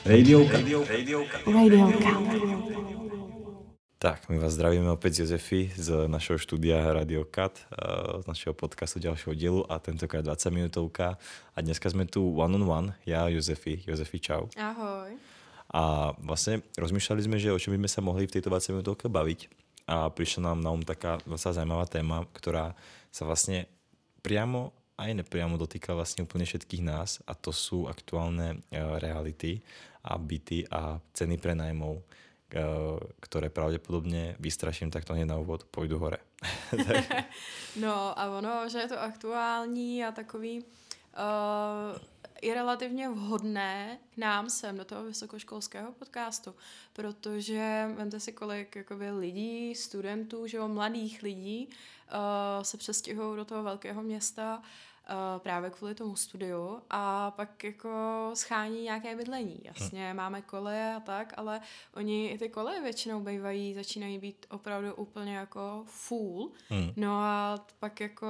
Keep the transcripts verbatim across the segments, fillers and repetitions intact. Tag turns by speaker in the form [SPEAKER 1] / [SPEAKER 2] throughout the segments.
[SPEAKER 1] Radio Radio Radio Radio Tak, my vás zdravíme opäť z Jozefy, z našeho štúdia Radio Cut, z našeho podcastu ďalšieho dielu a tentokrát dvadsaťminútovka. A dneska sme tu one on one, ja a Jozefy. Jozefy, čau.
[SPEAKER 2] Ahoj.
[SPEAKER 1] A vlastne rozmýšľali sme, že o čom by sme sa mohli v tejto dvadsaťminútovke baviť. A prišla nám na um taká vlastne zaujímavá téma, ktorá sa vlastne priamo aj nepriamo dotýka vlastne úplne všetkých nás, a to sú aktuálne reality a byty a ceny prenajmov, ktoré pravdepodobne, vystraším takto hneď na úvod, pôjdu hore.
[SPEAKER 2] No a ono, že je to aktuální a takový uh, je relativně vhodné k nám sem do toho vysokoškolského podcastu, protože vemte si, kolik jakoby lidí, studentů, že jo, mladých lidí uh, se přestěhují do toho velkého města Uh, právě kvůli tomu studiu a pak jako schání nějaké bydlení. Jasně, hmm. máme koleje a tak, ale oni i ty koleje většinou bývají, začínají být opravdu úplně jako full. Hmm. No a pak jako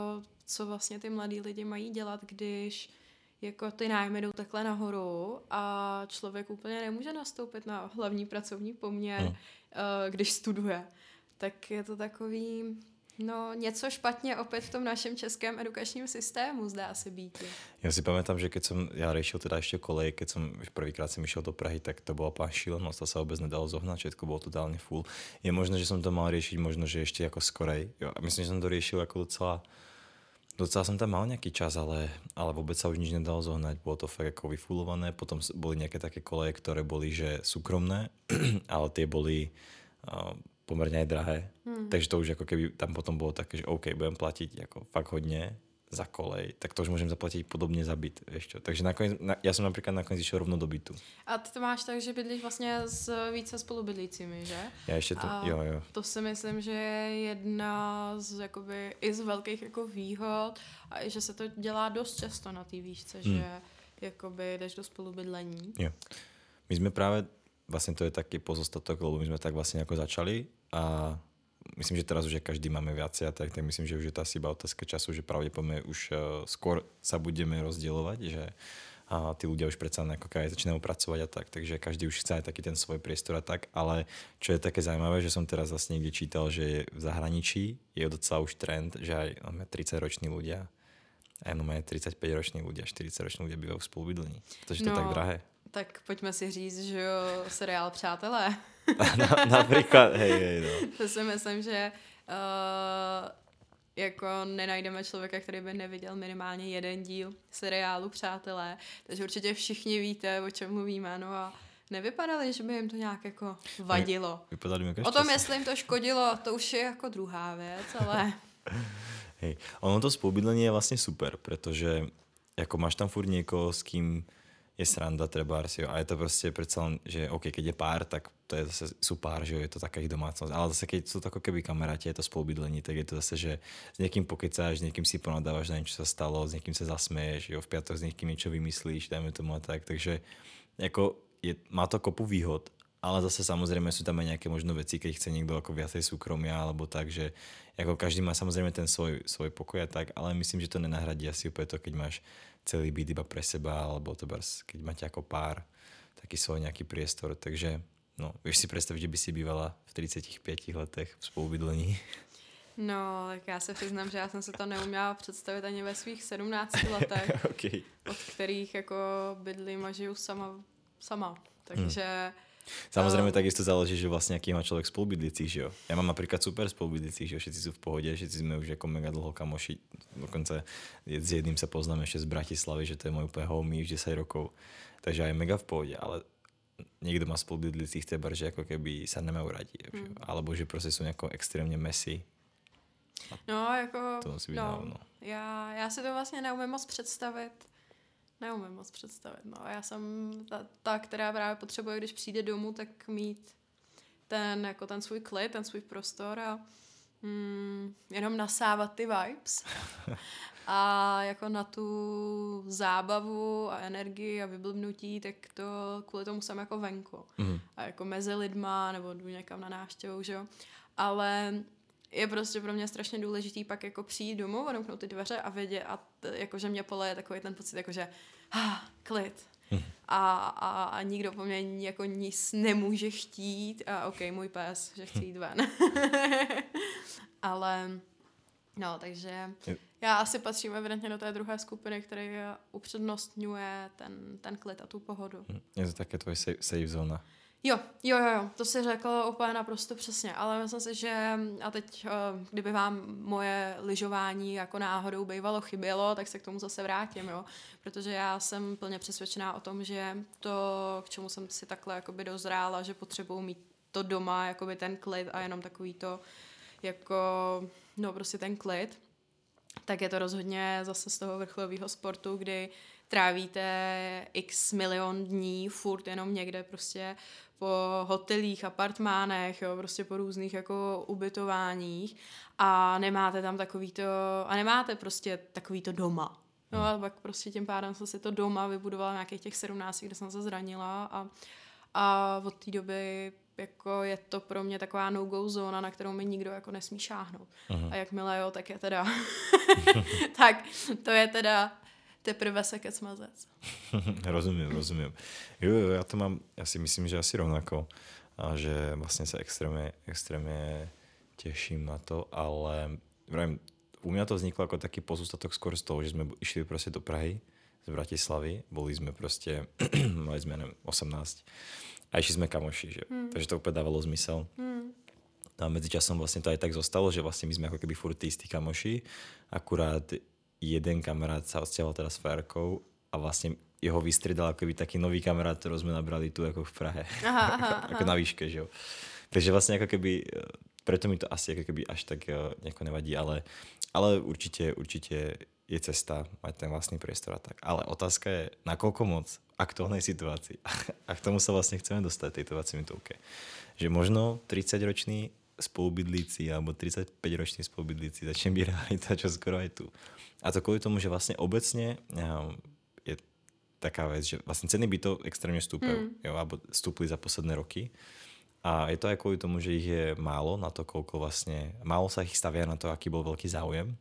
[SPEAKER 2] co vlastně ty mladí lidi mají dělat, když jako ty nájmy jdou takhle nahoru a člověk úplně nemůže nastoupit na hlavní pracovní poměr, hmm. uh, když studuje. Tak je to takový... No, něco špatně opět v tom našem českém edukačním systému, zdá se být.
[SPEAKER 1] Ja si pamätám, že keď som ja riešil teda ešte kolej, keď som prvýkrát som išiel do Prahy, tak to bola plná šílenosť, to sa vôbec nedalo zohnať, všetko bolo totálne full. Je možné, že som to mal riešiť možno, že ešte ako skorej. Jo, a myslím, že som to riešil ako docela... Docela som tam mal nejaký čas, ale, ale vôbec sa už nič nedalo zohnať. Bolo to fakt ako vyfulované. Potom boli nejaké také koleje, ktoré boli že súkromné, ale tie boli... Uh, pomerne aj drahé. Hmm. Takže to už ako keby tam potom bolo také, že OK, budem platiť ako fakt hodne za kolej, tak to už môžem zaplatiť podobne za byt. Vieš čo. Takže nakoniec, na, ja som napríklad nakoniec išiel rovno do bytu.
[SPEAKER 2] A ty to máš tak, že bydlíš vlastně s více spolubydlícími, že?
[SPEAKER 1] Ja ešte to,
[SPEAKER 2] a
[SPEAKER 1] jo, jo.
[SPEAKER 2] To si myslím, že je jedna z jakoby i z velkých jako výhod a že se to dělá dost často na té výšce, hmm. že jakoby jdeš do spolubydlení.
[SPEAKER 1] Jo. My sme práve vlastne to je taký pozostatok, lebo my sme tak vlastne ako začali a myslím, že teraz už každý máme viacej a tak, tak myslím, že už je to asi iba otázka času, že pravdepodobne už uh, skôr sa budeme rozdielovať, že a tí ľudia už predsa ako aj začínajú pracovať a tak, takže každý už chce aj taký ten svoj priestor a tak, ale čo je také zaujímavé, že som teraz vlastne niekde čítal, že v zahraničí je docela už trend, že aj máme tridsaťroční ľudia, aj máme tridsaťpäťroční ľudia, štyridsaťroční ľudia bývajú v spolubydlení, pretože to
[SPEAKER 2] no.
[SPEAKER 1] je tak drahé.
[SPEAKER 2] Tak pojďme si říct, že jo, seriál Přátelé.
[SPEAKER 1] Na, například, hej, hej, no.
[SPEAKER 2] To si myslím, že uh, jako nenajdeme člověka, který by neviděl minimálně jeden díl seriálu Přátelé, takže určitě všichni víte, o čem mluvíme, no a nevypadali, že by jim to nějak jako vadilo.
[SPEAKER 1] Vypadali mi
[SPEAKER 2] o tom, jestli jim to škodilo, to už je jako druhá věc, ale...
[SPEAKER 1] Hej, ono to spolubydlenie je vlastne super, pretože ako máš tam furt niekoho, s kým je sranda trebárs, jo. A je to proste predsa len, že OK, keď je pár, tak to je zase, sú pár, že jo, je to taká ich domácnosť. Ale zase, keď sú to ako keby kamaráti, je to spolubydlenie, tak je to zase, že s niekým pokecáš, s niekým si ponadávaš na niečo sa stalo, s niekým sa zasmeješ, jo, v piatok s niekým niečo vymyslíš, dajme tomu a tak. Takže ako je, má to kopu výhod, ale zase samozrejme sú tam aj nejaké možno veci, keď chce niekto ako viacej súkromia, alebo tak, že ako každý má samozrejme ten svoj, svoj pokoj a tak, ale myslím, že to nenahradí asi úplne to, keď máš celý byt iba pre seba, alebo to bars, keď máte ako pár taký svoj nejaký priestor. Takže no, vieš si predstaviť, že by si bývala v tridsiatich piatich letech v spolubydlení?
[SPEAKER 2] No, tak já se přiznám, že já jsem se to neuměla představit ani ve svých sedmnácti letech,
[SPEAKER 1] okay.
[SPEAKER 2] od kterých jako bydlím a žiju sama, sama. Takže... Hmm.
[SPEAKER 1] Samozrejme, um, takisto záleží, že vlastne aký má človek spolubydlícich, že jo. Ja mám napríklad super spolubydlícich, že jo, všetci sú v pohode, všetci sme už ako mega dlho kamoši, dokonca s jedným sa poznám ešte z Bratislavy, že to je môj úplne homie už desať rokov, takže aj mega v pohode, ale niekto má spolubydlícich teba, že ako keby sa nemajú radi, hmm. alebo že proste sú nejako extrémne messy.
[SPEAKER 2] No, jako,
[SPEAKER 1] to musí byť
[SPEAKER 2] no,
[SPEAKER 1] dávno.
[SPEAKER 2] Já, já si to vlastně neumím moc představit. Neumím moc představit, no. Já jsem ta, ta, která právě potřebuje, když přijde domů, tak mít ten, jako ten svůj klid, ten svůj prostor a mm, jenom nasávat ty vibes. A jako na tu zábavu a energii a vyblbnutí, tak to kvůli tomu jsem jako venku. Mm. A jako mezi lidma, nebo jdu někam na návštěvu, že jo. Ale je prostě pro mě strašně důležitý pak jako přijít domů, odemknout ty dveře a vědět, a t- jako, že mě poleje takový ten pocit, jako že ah, klid.
[SPEAKER 1] Hmm.
[SPEAKER 2] A, a, a nikdo po mně jako nic nemůže chtít a ok, můj pes, že chci jít ven. Ale no, takže já asi patřím evidentně do té druhé skupiny, který upřednostňuje ten, ten klid a tu pohodu.
[SPEAKER 1] Je to také tvoje safe, safe zóna.
[SPEAKER 2] Jo, jo, jo, jo, to si řekl úplně naprosto přesně, ale myslím si, že a teď, kdyby vám moje lyžování jako náhodou bývalo chybělo, tak se k tomu zase vrátím, jo, protože já jsem plně přesvědčená o tom, že to, k čemu jsem si takhle jakoby dozrála, že potřebuji mít to doma, jakoby ten klid a jenom takový to, jako, no prostě ten klid, tak je to rozhodně zase z toho vrcholového sportu, kdy trávíte x milion dní furt jenom někde prostě po hotelích, apartmánech, jo, prostě po různých jako ubytováních a nemáte tam takový to, a nemáte prostě takový to doma. No a pak prostě tím pádem jsem si to doma vybudovala nějakých těch sedmnáct, kde jsem se zranila a, a od té doby jako je to pro mě taková no-go zóna, na kterou mi nikdo jako nesmí šáhnout. Aha. A jakmile jo, tak je teda tak to je teda teprve se kec mazec.
[SPEAKER 1] Rozumím, rozumím. Jo, jo, já to mám, já si myslím, že asi rovnako a že vlastně se extrémně, extrémně těším na to, ale vravím, u mňa to vzniklo ako taký pozůstatok skôr z toho, že sme išli proste do Prahy z Bratislavy, boli sme proste, mali sme, neviem, osemnásť a išli sme kamoši, že? Hmm. Takže to úplne dávalo zmysel. Hmm. A medzičasom vlastne to aj tak zostalo, že vlastne my sme ako keby furt tí istí kamoši, akurát jeden kamarát sa odsťahoval teraz s frajerkou a vlastne jeho vystriedal ako keby taký nový kamarát, ktorého sme nabrali tu ako v Prahe. Aha, aha, ako, ako na výške, že jo. Takže vlastne ako keby, preto mi to asi ako keby až tak nejako nevadí, ale, ale určite, určite je cesta mať ten vlastný priestor a tak. Ale otázka je, nakoľko moc v aktuálnej situácii. A k tomu sa vlastne chceme dostať, tejto dvadsiatimi minútovke. Že možno tridsaťročný spolubydlíci alebo tridsaťpäťročný spolubydlíci začne byť realita, čo skoro aj tu. A to kvôli tomu, že vlastne obecne je taká vec, že vlastne ceny bytov extrémne stúpajú, mm. jo, alebo stúpli za posledné roky. A je to aj kvôli tomu, že ich je málo na to, koľko vlastne, málo sa ich stavia na to, aký bol veľký záujem.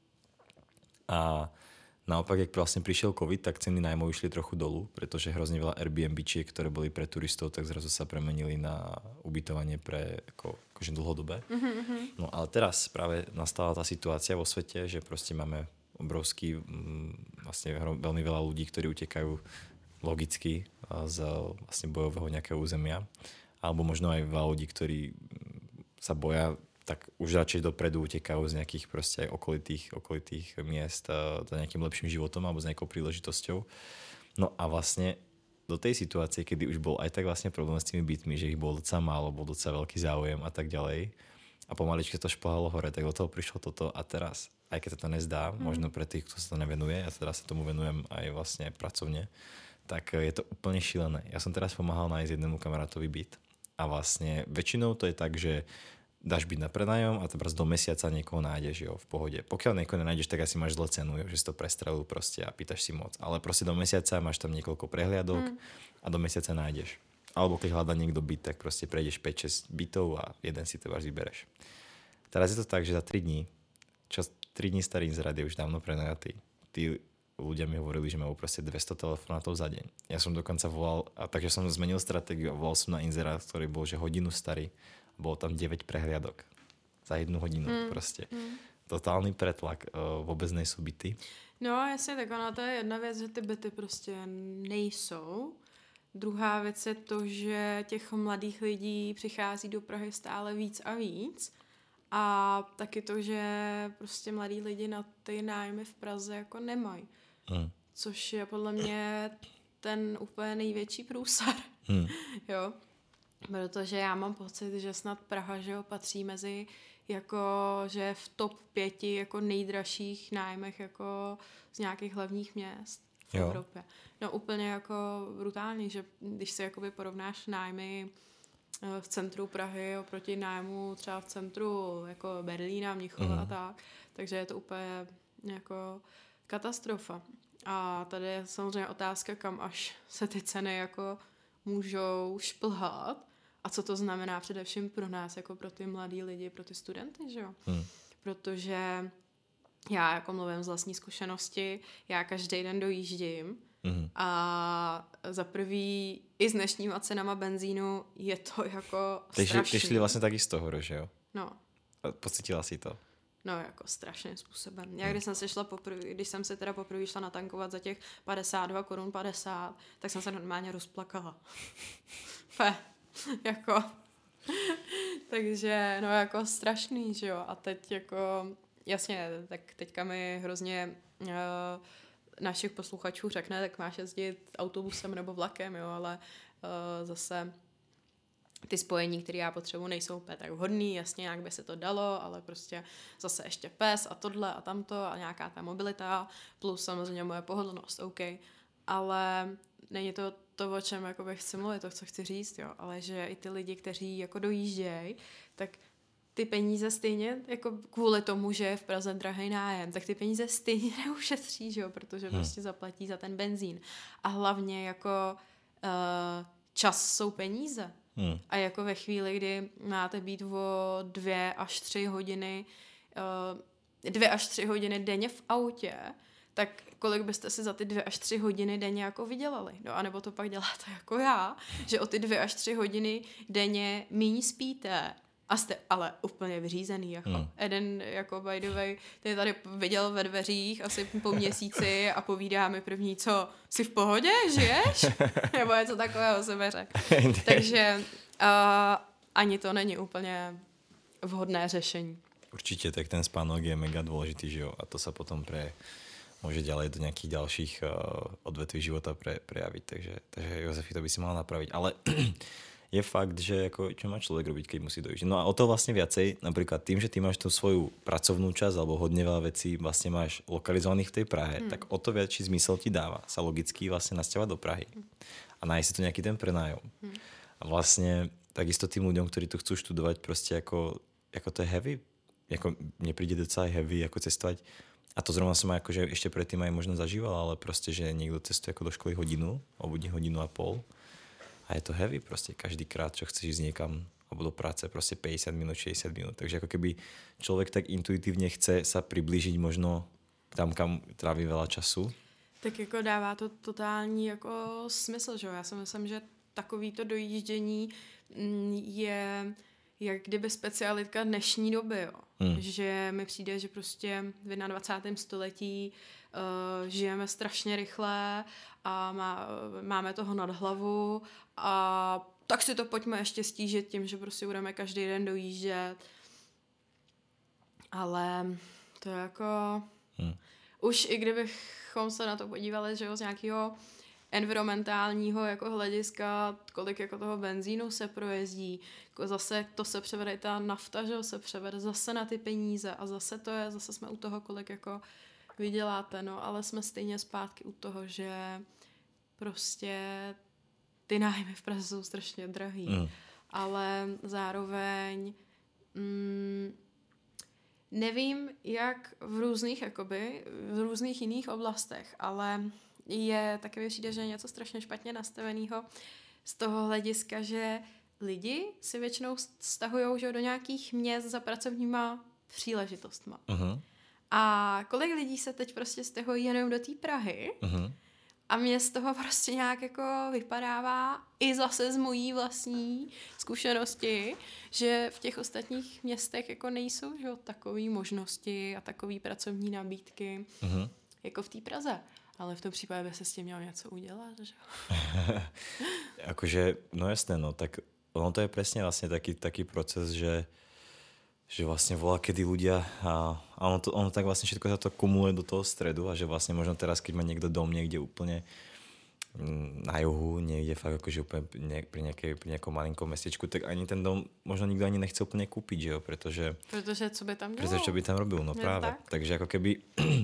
[SPEAKER 1] A naopak, jak vlastne prišiel COVID, tak ceny nájmov išli trochu dolu, pretože hrozne veľa Airbnb-čiek, ktoré boli pre turistov, tak zrazu sa premenili na ubytovanie pre ako, akože dlhodobé. Mm-hmm. No ale teraz práve nastala tá situácia vo svete, že proste máme obrovský, vlastne veľmi veľa ľudí, ktorí utekajú logicky z vlastne bojového nejakého územia. Alebo možno aj veľa ľudí, ktorí sa boja, tak už radšej dopredu utekajú z nejakých proste aj okolitých, okolitých miest za nejakým lepším životom alebo s nejakou príležitosťou. No a vlastne do tej situácie, kedy už bol aj tak vlastne problém s tými bytmi, že ich bolo docela málo, bol docela veľký záujem a tak ďalej. A pomaličke to šplhalo hore, tak do toho prišlo toto a teraz, aj keď sa to nezdá, mm. možno pre tých, kto sa to nevenuje, ja teraz sa tomu venujem aj vlastne pracovne, tak je to úplne šílené. Ja som teraz pomáhal nájsť jednému kamarátovi byt a vlastne väčšinou to je tak, že dáš byt na prenájom a teraz do mesiaca niekoho nájdeš, jo, v pohode. Pokiaľ niekoho nenájdeš, tak asi máš zle cenu, jo, že si to prestrelil proste a pýtaš si moc. Ale proste do mesiaca máš tam niekoľko prehliadok mm. a do mesiaca nájdeš. Alebo keď hľadá niekto byt, tak proste prejdeš päť šesť bytov a jeden si to váš vybereš. Teraz je to tak, že za tri dní, čo tri dní starý inzerát je už dávno prenajatý. Tí ľudia mi hovorili, že majú proste dvesto telefonátov za deň. Ja som dokonca volal, a takže som zmenil stratégiu a volal som na inzerát, ktorý bol že hodinu starý. Bolo tam deväť prehliadok za jednu hodinu mm. prostě. Mm. Totálny pretlak, uh, vôbec nejsou byty.
[SPEAKER 2] No jasně, tak ona to je jedna věc, že ty byty prostě nejsou. Druhá věc je to, že těch mladých lidí přichází do Prahy stále víc a víc. A taky to, že prostě mladí lidi na ty nájmy v Praze jako nemají. Mm. Což je podle mě ten úplně největší průsar. Mm. Jo. Protože já mám pocit, že snad Praha, že jo, patří mezi jako, že v top pěti jako nejdražších nájmech jako z nějakých hlavních měst v jo. Evropě. No úplně jako brutální, že když si jakoby porovnáš nájmy v centru Prahy oproti nájmu třeba v centru jako Berlína, Mnichova mm. a tak, takže je to úplně jako katastrofa. A tady je samozřejmě otázka, kam až se ty ceny jako můžou šplhat. A co to znamená především pro nás, jako pro ty mladý lidi, pro ty studenty, že jo? Hmm. Protože já jako mluvím z vlastní zkušenosti, já každý den dojíždím
[SPEAKER 1] Mm.
[SPEAKER 2] A za prvý i s dnešníma cenama benzínu je to jako
[SPEAKER 1] Ty
[SPEAKER 2] strašný.
[SPEAKER 1] Ty šli vlastně taky z toho, že jo?
[SPEAKER 2] No.
[SPEAKER 1] Pocítila si to?
[SPEAKER 2] No, jako strašným způsobem. Já když jsem se šla poprvé, když jsem se teda poprvé šla natankovat za těch padesát dva korun padesát, tak jsem se normálně rozplakala. Fe, jako. Takže, no jako strašný, že jo. A teď jako, jasně, tak teďka mi hrozně uh, našich posluchačů řekne, tak máš jezdit autobusem nebo vlakem, jo, ale uh, zase ty spojení, které já potřebuji, nejsou úplně tak vhodný, jasně, jak by se to dalo, ale prostě zase ještě pes a tohle a tamto a nějaká ta mobilita, plus samozřejmě moje pohodlnost, OK. Ale není to to, o čem jakoby chci mluvit, to, co chci říct, jo, ale že i ty lidi, kteří jako dojíždějí, tak ty peníze stejně, jako kvůli tomu, že je v Praze drahý nájem, tak ty peníze stejně neušetří, že jo, protože hmm. prostě zaplatí za ten benzín. A hlavně jako uh, čas jsou peníze. Hmm. A jako ve chvíli, kdy máte být o dvě až tři hodiny, uh, dvě až tři hodiny denně v autě, tak kolik byste si za ty dvě až tři hodiny denně jako vydělali. No a nebo to pak děláte jako já, že o ty dvě až tři hodiny denně míň spíte a jste ale úplně vyřízený. Jako. Hmm. Eden, jako by the way, ty tady viděl ve dveřích asi po měsíci a povídá mi první, co, jsi v pohodě, žiješ? Nebo něco takového se řekl. Takže uh, ani to není úplně vhodné řešení.
[SPEAKER 1] Určitě, tak ten spánok je mega dôležitý, že jo? A to sa potom pre môže ďalej do nejakých ďalších uh, odvetví života pre, prejaviť. Takže, takže Jozefi, to by si mala napraviť. Ale je fakt, že ako, čo má človek robiť, keď musí dojsť. No a o to vlastne viacej, napríklad tým, že ty máš tú svoju pracovnú časť alebo hodne veľa vecí vlastne máš lokalizovaných v tej Prahe, hmm. tak o to väčší zmysel ti dáva sa logicky vlastne nasťahovať do Prahy a nájsť si tu nejaký ten prenájom. Hmm. A vlastne takisto tým ľuďom, ktorí tu chcú študovať, proste ako, ako to je heavy, ako mne príde docela heavy ako cestovať. A to zrovna som aj akože ešte predtým aj možno zažíval, ale proste, že niekto cestuje ako do školy hodinu, obudí hodinu a pol. A je to heavy proste každý krát, čo chceš ísť niekam alebo do práce, proste päťdesiat minút, šesťdesiat minút. Takže ako keby človek tak intuitívne chce sa priblížiť možno tam, kam tráví veľa času.
[SPEAKER 2] Tak jako dává to totální jako smysl, že jo? Já si myslím, že takovýto dojíždění je jak kdyby specialitka dnešní doby, jo. Hmm. Že mi přijde, že prostě v dvacátém prvním století uh, žijeme strašně rychle a má, máme toho nad hlavu a tak si to pojďme ještě stížit tím, že prostě budeme každý den dojíždět. Ale to je jako... Hmm. Už i kdybychom se na to podívali, že jo, z nějakého environmentálního jako hlediska, kolik jako toho benzínu se projezdí, jako zase to se převede ta nafta, že jo, se převede zase na ty peníze a zase to je, zase jsme u toho, kolik jako vyděláte, no, ale jsme stejně zpátky u toho, že prostě ty nájmy v Praze jsou strašně drahý, mm. ale zároveň mm, nevím, jak v různých, jakoby, v různých jiných oblastech, ale je taky mi přijde, že je něco strašně špatně nastaveného z toho hlediska, že lidi si většinou stahujou, že do nějakých měst za pracovníma příležitostma. Uh-huh. A kolik lidí se teď prostě stahují jenom do té Prahy uh-huh. a mě z toho prostě nějak jako vypadává i zase z mojí vlastní zkušenosti, že v těch ostatních městech jako nejsou, že takové možnosti a takové pracovní nabídky uh-huh. jako v té Praze. Ale v tom případě by se s tím mělo něco udělat, že?
[SPEAKER 1] Akože, no jasné, no, tak ono to je presne vlastne taký, taký proces, že, že vlastne volá, kedy ľudia a, a ono, to, ono tak vlastne všetko sa to kumuluje do toho stredu a že vlastne možno teraz, keď má niekto dom niekde úplne na juhu, niekde fakt akože úplne ne, pri, nejakej, pri nejakom malinkom mestečku, tak ani ten dom možno nikto ani nechce úplne kúpiť, že jo, pretože...
[SPEAKER 2] Pretože co by tam dělal?
[SPEAKER 1] Pretože čo by tam robil, no je práve. Tak? Takže ako keby...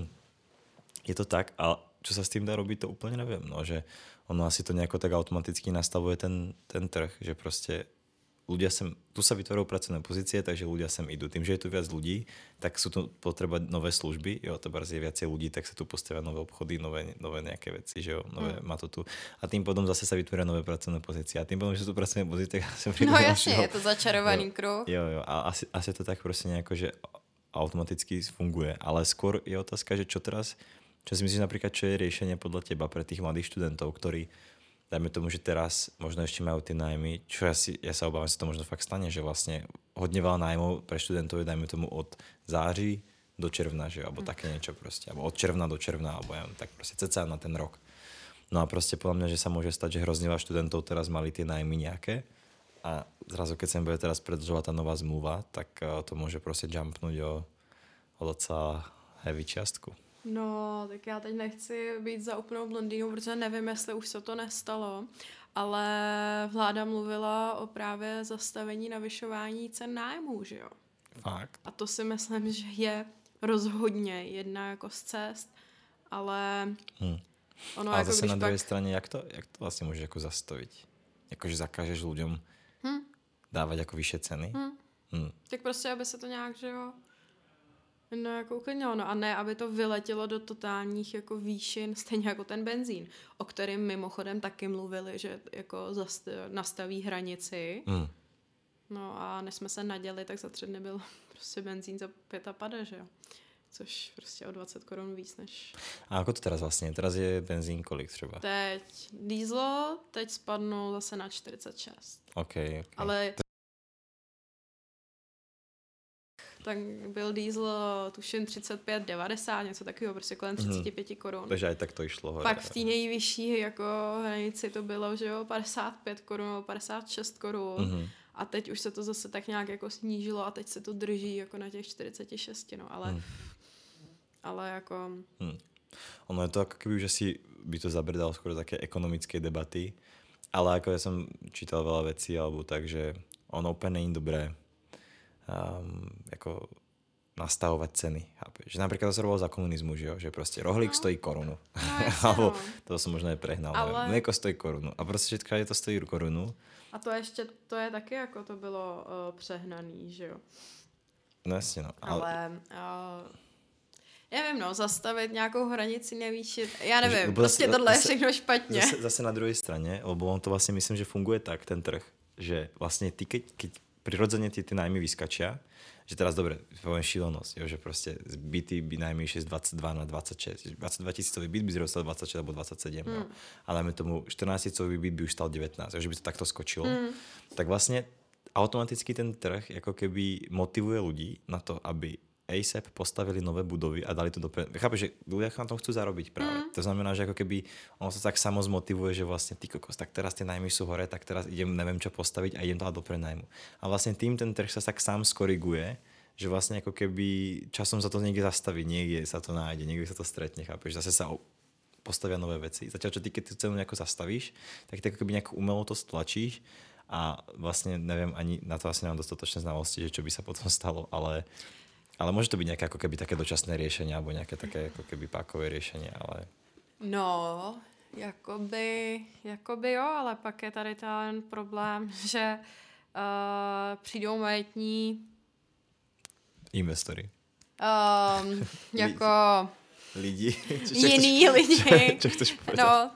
[SPEAKER 1] je to tak, ale čo sa s tým dá robiť, to úplne neviem. No, že ono asi to nejako tak automaticky nastavuje ten, ten trh, že proste ľudia sem, tu sa vytvorujú pracovné pozície, takže ľudia sem idú. Tým, že je tu viac ľudí, tak sú tu potreba nové služby, jo, to je viacej ľudí, tak sa tu postavia nové obchody, nové, nové nejaké veci, že jo, nové mm. má to tu. A tým potom zase sa vytvoria nové pracovné pozície. A tým potom, že sú tu pracovné pozície, tak sa
[SPEAKER 2] No jasne, je to začarovaný kruh.
[SPEAKER 1] Jo, jo, a asi, asi to tak proste nejako, že automaticky funguje. Ale skôr je otázka, že čo teraz Čo si myslíš napríklad, čo je riešenie podľa teba pre tých mladých študentov, ktorí, dajme tomu, že teraz možno ešte majú tie nájmy, čo ja, si, ja sa obávam, že sa to možno fakt stane, že vlastne hodne veľa nájmov pre študentov je, dajme tomu, od září do června, že alebo také niečo proste, alebo od června do června, alebo ja tak proste cca na ten rok. No a proste podľa mňa, že sa môže stať, že hrozne veľa študentov teraz mali tie nájmy nejaké a zrazu, keď sa im bude teraz predĺžovať tá nová zmluva, tak uh, to môže proste jumpnúť o, o docela heavy čiastku.
[SPEAKER 2] No, tak já teď nechci být za úplnou blondýnou, protože nevím, jestli už se to nestalo, ale vláda mluvila o právě zastavení navyšování cen nájmů, že jo?
[SPEAKER 1] Fakt?
[SPEAKER 2] A to si myslím, že je rozhodně jedna jako z cest, ale
[SPEAKER 1] Hmm.
[SPEAKER 2] ono
[SPEAKER 1] Ale
[SPEAKER 2] jako
[SPEAKER 1] zase
[SPEAKER 2] když
[SPEAKER 1] na druhej
[SPEAKER 2] pak...
[SPEAKER 1] strane, jak to, jak to vlastne môžeš ako zastaviť? Jakože zakážeš ľuďom
[SPEAKER 2] Hm.
[SPEAKER 1] dávať ako vyššie ceny?
[SPEAKER 2] Hm.
[SPEAKER 1] Hmm.
[SPEAKER 2] Tak prostě, aby se to nějak, že jo, no jako uklidnilo, no a ne, aby to vyletělo do totálních jako výšin, stejně jako ten benzín, o kterém mimochodem taky mluvili, že jako zast- nastaví hranici.
[SPEAKER 1] Hmm.
[SPEAKER 2] No a než jsme se naděli, tak za tři dny byl prostě benzín za pět a pada, že jo. Což prostě o dvacet korun víc než...
[SPEAKER 1] A ako to teraz vlastne? Teraz je benzín kolik třeba?
[SPEAKER 2] Teď diesel, teď spadnul zase na čtyřicet šest.
[SPEAKER 1] OK, OK.
[SPEAKER 2] Ale tak byl diesel tuším třicet pět devadesát, něco takového, prostě kolem třicet pět korun.
[SPEAKER 1] Takže aj tak to išlo hore.
[SPEAKER 2] Pak v té nejvyšší jako hranici to bylo, že jo, padesát pět korun, padesát šest korun.
[SPEAKER 1] Mm-hmm.
[SPEAKER 2] A teď už se to zase tak nějak jako snížilo a teď se to drží jako na těch čtyřicet šest, no, ale,
[SPEAKER 1] Hmm.
[SPEAKER 2] ale jako...
[SPEAKER 1] Hmm. Ono je to ako keby, že si by to zabrdalo skôr do také ekonomické debaty, ale ako ja som čítal veľa vecí, alebo tak, že ono úplne není dobré um, ako nastavovať ceny. Chápeš? Že napríklad to sa robilo za komunizmu, že, jo? Že proste rohlík
[SPEAKER 2] No.
[SPEAKER 1] stojí korunu.
[SPEAKER 2] No, jasne,
[SPEAKER 1] alebo
[SPEAKER 2] no.
[SPEAKER 1] to som možno aj prehnal.
[SPEAKER 2] Ale-
[SPEAKER 1] Ale... Mlieko stojí korunu. A proste všetko je to stojí korunu.
[SPEAKER 2] A to ještě, to je taky jako to bylo uh, přehnaný, že jo.
[SPEAKER 1] No jasne, no. Ale,
[SPEAKER 2] Ale... Uh, nevím, no, zastavit nějakou hranici, nevýšit, já nevím,
[SPEAKER 1] lebo
[SPEAKER 2] prostě
[SPEAKER 1] zase-
[SPEAKER 2] tohle je
[SPEAKER 1] zase-
[SPEAKER 2] všechno špatně.
[SPEAKER 1] Zase, zase na druhej strane, lebo on to vlastne myslím, že funguje tak, ten trh, že vlastne ty, keď, keď prirodzene tie, tie nájmy vyskačia, že teraz dobre, poviem šílenosť, jo, že proste z byty by najmä išli z dvadsaťdva na dvadsaťšesť. dvadsaťdva tisícový byt by zrostal dvadsaťšesť alebo dvadsaťsedem. Hmm. Jo. Ale dajme tomu štrnásť tisícový byt by už stal devätnásť, jo, že by to takto skočilo. Hmm. Tak vlastne automaticky ten trh ako keby motivuje ľudí na to, aby ASAP postavili nové budovy a dali to do... Pre... Chápeš, že ľudia na tom chcú zarobiť práve. Mm. To znamená, že ako keby ono sa tak samo zmotivuje, že vlastne ty kokos, tak teraz tie nájmy sú hore, tak teraz idem neviem čo postaviť a idem to do prenajmu. A vlastne tým ten trh sa tak sám skoriguje, že vlastne ako keby časom sa to niekde zastaví, niekde sa to nájde, niekde sa to stretne, chápeš, zase sa postavia nové veci. Zatiaľ, čo ty keď tú cenu nejako zastavíš, tak ty ako keby nejako umelo to stlačíš a vlastne neviem, ani na to asi nemám dostatočné znalosti, že čo by sa potom stalo, ale Ale môže to byť nejaké ako keby také dočasné riešenie alebo nejaké také ako keby pákové riešenie, ale...
[SPEAKER 2] No, jakoby, jakoby jo, ale pak je tady ten problém, že uh, přijdou majetní
[SPEAKER 1] Investory.
[SPEAKER 2] um, jako
[SPEAKER 1] Lidi.
[SPEAKER 2] jiný
[SPEAKER 1] chceš,
[SPEAKER 2] lidi.
[SPEAKER 1] Čo, čo chceš povedať?
[SPEAKER 2] No.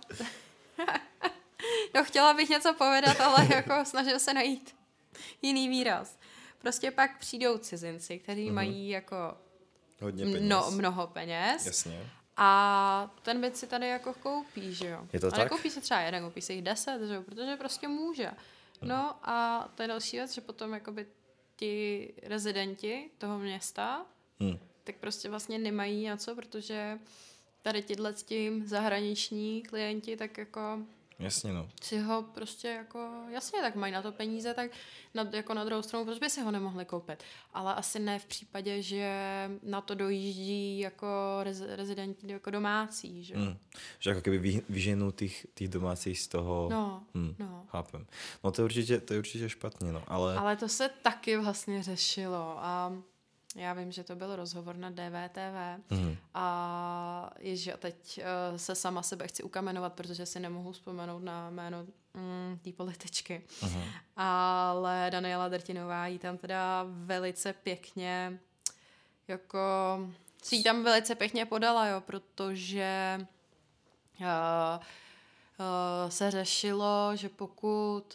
[SPEAKER 2] No, chtěla bych něco povedat, ale jako snažil se najít jiný výraz. Prostě pak přijdou cizinci, kteří uh-huh. mají jako
[SPEAKER 1] Hodně peněz.
[SPEAKER 2] mno, mnoho peněz.
[SPEAKER 1] Jasně.
[SPEAKER 2] A ten byt si tady jako koupí, že jo.
[SPEAKER 1] Je to
[SPEAKER 2] a
[SPEAKER 1] tak?
[SPEAKER 2] nekoupí si třeba jeden, koupí si jich deset, že jo, protože prostě může. No a to je další věc, že potom jakoby ti rezidenti toho města,
[SPEAKER 1] Hmm.
[SPEAKER 2] tak prostě vlastně nemají na co, protože tady tihle s tím zahraniční klienti, tak jako
[SPEAKER 1] Jasně, no.
[SPEAKER 2] si ho prostě jako, jasně, tak mají na to peníze, tak na, jako na druhou stranu, proč by si ho nemohli koupit? Ale asi ne v případě, že na to dojíždí jako rez, rezidenti, jako domácí, že?
[SPEAKER 1] Hmm. Že ako keby vy, vyženú tých, tých domácích z toho...
[SPEAKER 2] No,
[SPEAKER 1] hmm.
[SPEAKER 2] no.
[SPEAKER 1] Chápem. No to je určitě, to je určitě špatně, no, ale...
[SPEAKER 2] Ale to se taky vlastně řešilo a já vím, že to byl rozhovor na D V T V
[SPEAKER 1] Hmm.
[SPEAKER 2] a ježi, a teď uh, se sama sebe chci ukamenovat, protože si nemohu vzpomenout na jméno mm, té političky.
[SPEAKER 1] Uh-huh.
[SPEAKER 2] Ale Daniela Drtinová jí tam teda velice pěkně jako si jí tam velice pěkně podala, jo, protože uh, uh, se řešilo, že pokud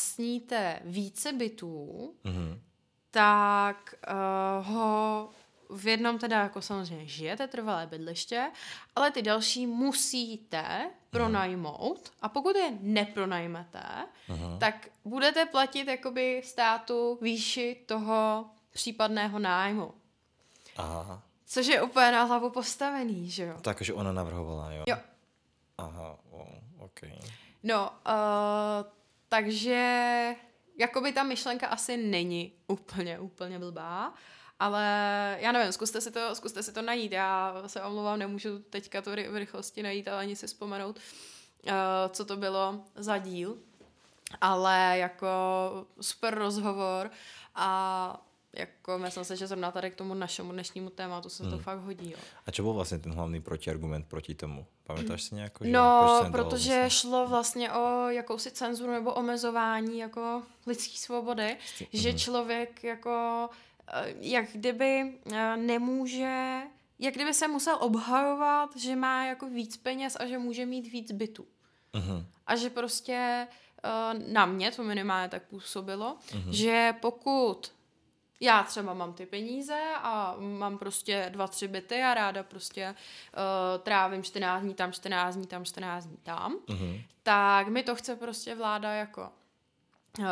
[SPEAKER 2] vlastníte více bytů,
[SPEAKER 1] Uh-huh.
[SPEAKER 2] tak uh, ho v jednom teda jako samozřejmě žijete trvalé bydliště, ale ty další musíte pronajmout a pokud je nepronajmete, uh-huh. tak budete platit jakoby státu výši toho případného nájmu.
[SPEAKER 1] Aha.
[SPEAKER 2] Což je úplně na hlavu postavený, že jo?
[SPEAKER 1] Takže ona navrhovala, jo?
[SPEAKER 2] Jo.
[SPEAKER 1] Aha, oh, ok.
[SPEAKER 2] No, uh, takže jakoby ta myšlenka asi není úplně, úplně blbá, ale já nevím, zkuste si to, zkuste si to najít. Já se omlouvám, nemůžu teďka to v rychlosti najít, ale ani si vzpomenout, uh, co to bylo za díl. Ale jako super rozhovor a jako myslím si, že zrovna tady k tomu našemu dnešnímu tématu se hmm. to fakt hodí. Jo.
[SPEAKER 1] A čo bol vlastně ten hlavný protiargument proti tomu? Pamätáš si nějako? Že
[SPEAKER 2] no, protože vlastně? šlo vlastně o jakousi cenzuru nebo omezování jako lidské svobody, Sti- že hmm. člověk jako jak kdyby nemůže, jak kdyby se musel obhajovat, že má jako víc peněz a že může mít víc bytů. Hmm. A že prostě na mě to minimálně tak působilo, hmm. že pokud já třeba mám ty peníze a mám prostě dva, tři byty a ráda prostě uh, trávím čtrnáct dní tam, čtrnáct dní tam, čtrnáct dní tam, uh-huh. tak mi to chce prostě vláda jako uh,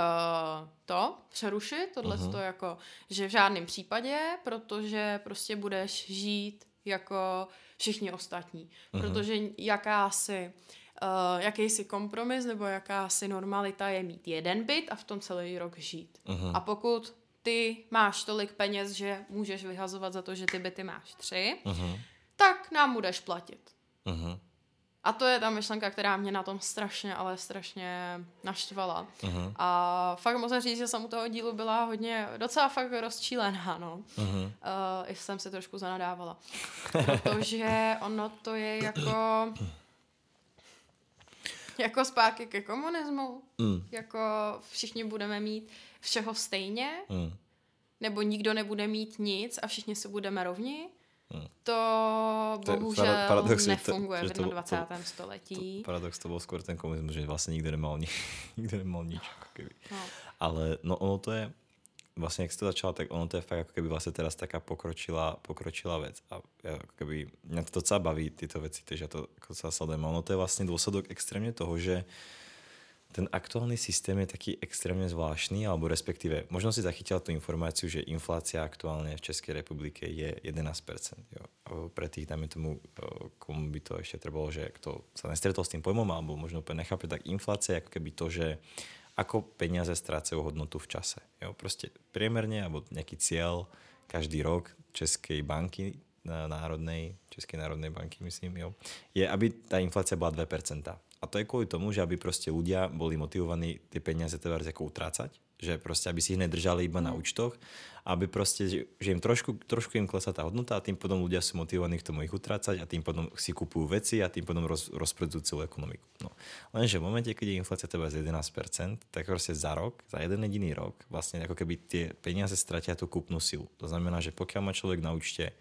[SPEAKER 2] to přerušit, tohle uh-huh. to jako, že v žádném případě, protože prostě budeš žít jako všichni ostatní. Uh-huh. Protože jakási Uh, jakýsi kompromis nebo jakási normalita je mít jeden byt a v tom celý rok žít. Uh-huh. A pokud ty máš tolik peněz, že můžeš vyhazovat za to, že ty byty máš tři, uh-huh. tak nám budeš platit. Uh-huh. A to je ta myšlenka, která mě na tom strašně, ale strašně naštvala. Uh-huh. A fakt musím říct, že jsem u toho dílu byla hodně, docela fakt rozčílená, no. Uh-huh. Uh, I jsem se trošku zanadávala. Protože ono to je jako... jako zpátky ke komunismu. Mm. Jako všichni budeme mít všeho stejně, mm. nebo nikdo nebude mít nic a všichni si budeme rovni. Mm. To bohužel to paradox, nefunguje to, v dvacátém století.
[SPEAKER 1] To, paradox to bol skôr ten komunizmus, že vlastne nikto nemal, ni- nikto nemal nič. Ako keby. No. Ale no ono to je, vlastne jak si to začala, tak ono to je fakt ako keby vlastne teraz taká pokročilá, pokročilá vec. A ako keby, mňa to docela baví, tieto veci, takže ja to ako sa sledujem. Ono to je vlastne dôsledok extrémne toho, že ten aktuálny systém je taký extrémne zvláštny, alebo respektíve, možno si zachytila tú informáciu, že inflácia aktuálne v Českej republike je jedenásť percent. Jo. Pre tých, dajme tomu, komu by to ešte trebalo, že kto sa nestretol s tým pojmom, alebo možno úplne nechápe, tak inflácia je ako keby to, že ako peniaze strácajú hodnotu v čase. Jo? Proste priemerne, alebo nejaký cieľ každý rok Českej banky národnej, Českej národnej banky, myslím, jo, je, aby tá inflácia bola dve percentá. A to je kvôli tomu, že aby proste ľudia boli motivovaní tie peniaze teda ako utrácať, že proste aby si ich nedržali iba na účtoch, aby proste, že im trošku, trošku im klesá tá hodnota a tým potom ľudia sú motivovaní k tomu ich utrácať a tým potom si kupujú veci a tým potom roz, rozpredujú celú ekonomiku. No. Lenže v momente, keď je inflácia teda z jedenásť percent, tak proste za rok, za jeden jediný rok, vlastne ako keby tie peniaze stratia tú kúpnu silu. To znamená, že pokiaľ má človek na účte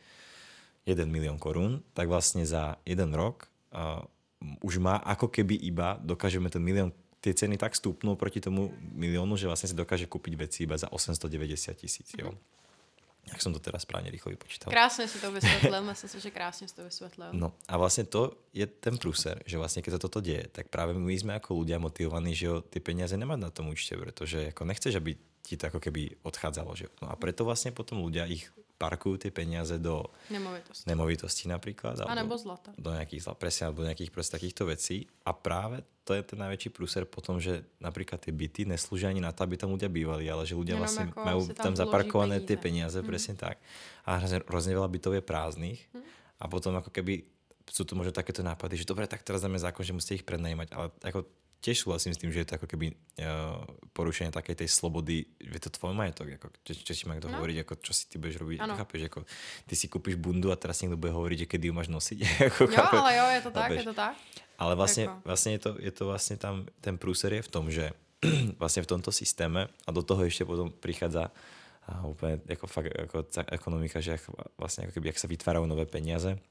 [SPEAKER 1] jeden milión korún, tak vlastne za jeden rok uh, už má ako keby iba, dokážeme ten milión, tie ceny tak stúpnú proti tomu miliónu, že vlastne si dokáže kúpiť veci iba za osemstodeväťdesiat tisíc. Jo? Jak som to teraz správne rýchlo vypočítal.
[SPEAKER 2] Krásne si to vysvetlil, myslím si, že krásne si to vysvetlil.
[SPEAKER 1] No a vlastne to je ten prúser, že vlastne keď sa toto deje, tak práve my sme ako ľudia motivovaní, že jo, tie peniaze nemať na tom účte, pretože ako nechceš, aby ti to ako keby odchádzalo. Že? No a preto vlastne potom ľudia ich parkujú tie peniaze do
[SPEAKER 2] nemovitosti,
[SPEAKER 1] nemovitosti napríklad.
[SPEAKER 2] A nebo zlata.
[SPEAKER 1] Do nejakých zlata, presne, alebo do nejakých proste takýchto vecí. A práve to je ten najväčší prúser potom, že napríklad tie byty neslúžia ani na to, aby tam ľudia bývali, ale že ľudia
[SPEAKER 2] Jenom
[SPEAKER 1] vlastne
[SPEAKER 2] ako
[SPEAKER 1] majú tam, tam zaparkované
[SPEAKER 2] peníze.
[SPEAKER 1] tie peniaze, mm. presne tak. A hrozne, hrozne veľa bytov je prázdnych. Mm. A potom ako keby sú tu možno takéto nápady, že dobre, tak teraz dáme zákon, že musíte ich prenajímať, ale ako tiež súhlasím s tým, že je to ako keby uh, porušenie takej tej slobody, je to tvoj majetok, ako, čo, čo si má kto no. hovoriť, ako, čo si ty budeš robiť, chápeš, ako ty si kúpiš bundu a teraz niekto bude hovoriť, že kedy ju máš nosiť. Ako,
[SPEAKER 2] jo, chápeš? Ale jo, je to tak, chápeš? Je to tak.
[SPEAKER 1] Ale vlastne, vlastne, je, to, je to vlastne tam, ten prúser je v tom, že vlastne v tomto systéme a do toho ešte potom prichádza a úplne ako, fakt, ako ekonomika, že vlastne ako keby, ak sa vytvárajú nové peniaze,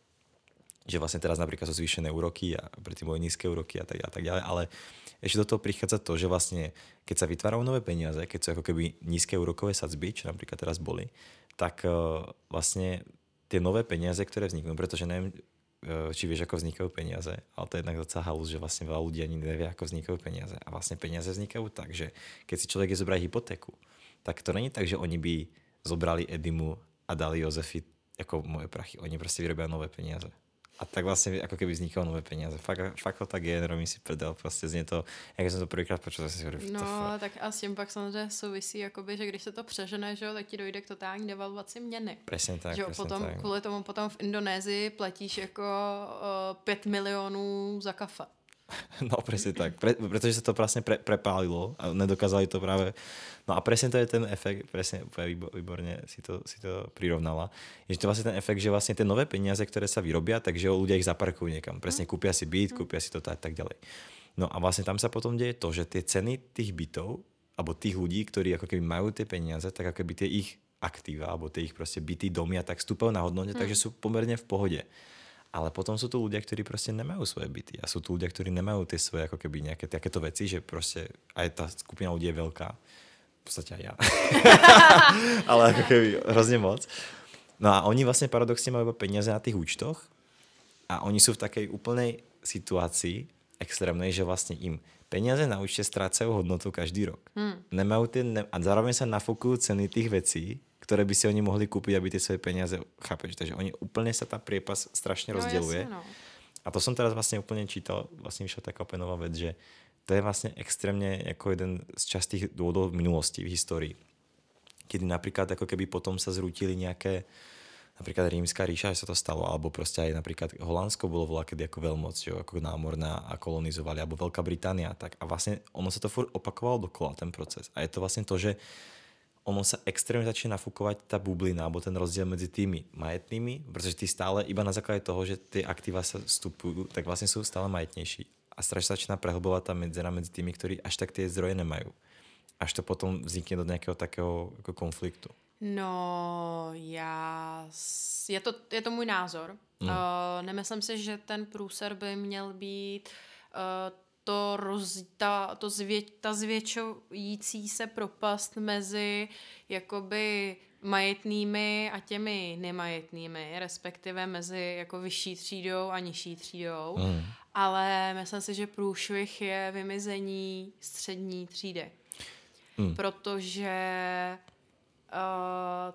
[SPEAKER 1] že vlastne teraz napríklad sú zvýšené úroky a predtým boli nízke úroky a tak, a tak ďalej, ale ešte do toho prichádza to, že vlastne keď sa vytvárajú nové peniaze, keď sú ako keby nízke úrokové sadzby, čo napríklad teraz boli, tak uh, vlastne tie nové peniaze, ktoré vzniknú, pretože neviem, či vieš, ako vznikajú peniaze, ale to je jednak docela halus, že vlastne veľa ľudí ani nevie, ako vznikajú peniaze. A vlastne peniaze vznikajú tak, že keď si človek je zobrať hypotéku, tak to není tak, že oni by zobrali Edimu a dali Jozefi ako moje prachy. Oni proste vyrobia nové peniaze. A tak vlastne ako keby vznikajú nové peniaze. Fakt, fakt to tak je, nerobím si predel. Prostě znie to, jak jsem to prvýkrát počul, tak si hovorím,
[SPEAKER 2] no, tak a s tím pak samozřejmě souvisí, jakoby, že když se to přežene, že jo, tak ti dojde k totální devalvaci měny.
[SPEAKER 1] Presne tak,
[SPEAKER 2] že jo,
[SPEAKER 1] presne
[SPEAKER 2] potom,
[SPEAKER 1] tak.
[SPEAKER 2] Kvůli tomu potom v Indonésii platíš jako uh, pět milionů za kafe.
[SPEAKER 1] No presne tak, Pre, pretože sa to vlastne pre, prepálilo a nedokázali to práve. No a presne to je ten efekt, presne úplne výborne si to, si to prirovnala, je to vlastne ten efekt, že vlastne tie nové peniaze, ktoré sa vyrobia, takže ľudia ich zaparkujú niekam. Presne kúpia si byt, kúpia si to a tak ďalej. No a vlastne tam sa potom deje to, že tie ceny tých bytov, alebo tých ľudí, ktorí ako keby majú tie peniaze, tak ako keby tie ich aktíva, alebo tie ich proste byty, domy a tak stúpajú na hodnote, hmm. takže sú pomerne v pohode. Ale potom sú tu ľudia, ktorí proste nemajú svoje byty a sú tu ľudia, ktorí nemajú tie svoje ako keby nejaké takéto veci, že proste aj tá skupina ľudí je veľká. V podstate aj ja. Ale ako keby hrozne moc. No a oni vlastne paradoxne majú iba peniaze na tých účtoch a oni sú v takej úplnej situácii extrémnej, že vlastne im peniaze na účte strácajú hodnotu každý rok. Hmm. Nemajú tie, ne- a zároveň sa nafúkujú ceny tých vecí, ktoré by si oni mohli kúpiť, aby tie svoje peniaze, chápeš, takže oni úplne sa tá priepas strašne
[SPEAKER 2] no,
[SPEAKER 1] rozdeľuje.
[SPEAKER 2] Jasne, no.
[SPEAKER 1] A to som teraz vlastne úplne čítal, vlastne vyšla taká úplne nová vec, že to je vlastne extrémne ako jeden z častých dôvodov v minulosti, v histórii. Kedy napríklad ako keby potom sa zrútili nejaké, napríklad Rímska ríša, že sa to stalo, alebo proste aj napríklad Holandsko bolo voľakedy ako veľmoc, že ako námorná a kolonizovali, alebo Veľká Británia. Tak. A vlastne ono sa to furt opakovalo dokola, ten proces. A je to vlastne to, že ono sa extrémne začne nafúkovať tá bublina, alebo ten rozdiel medzi tými majetnými, pretože tí stále, iba na základe toho, že tie aktíva sa vstupujú, tak vlastne sú stále majetnejší. A strašne začína prehlbovať tá medzera medzi tými, ktorí až tak tie zdroje nemajú. Až to potom vznikne do nejakého takého ako konfliktu.
[SPEAKER 2] No, já... Je to, je to můj názor. Mm. Uh, nemyslím si, že ten průser by měl být uh, to roz, ta, to zvě, ta zvětšující se propast mezi jakoby majetnými a těmi nemajetnými, respektive mezi jako vyšší třídou a nižší třídou. Mm. Ale myslím si, že průšvih je vymizení střední třídy. Mm. Protože uh,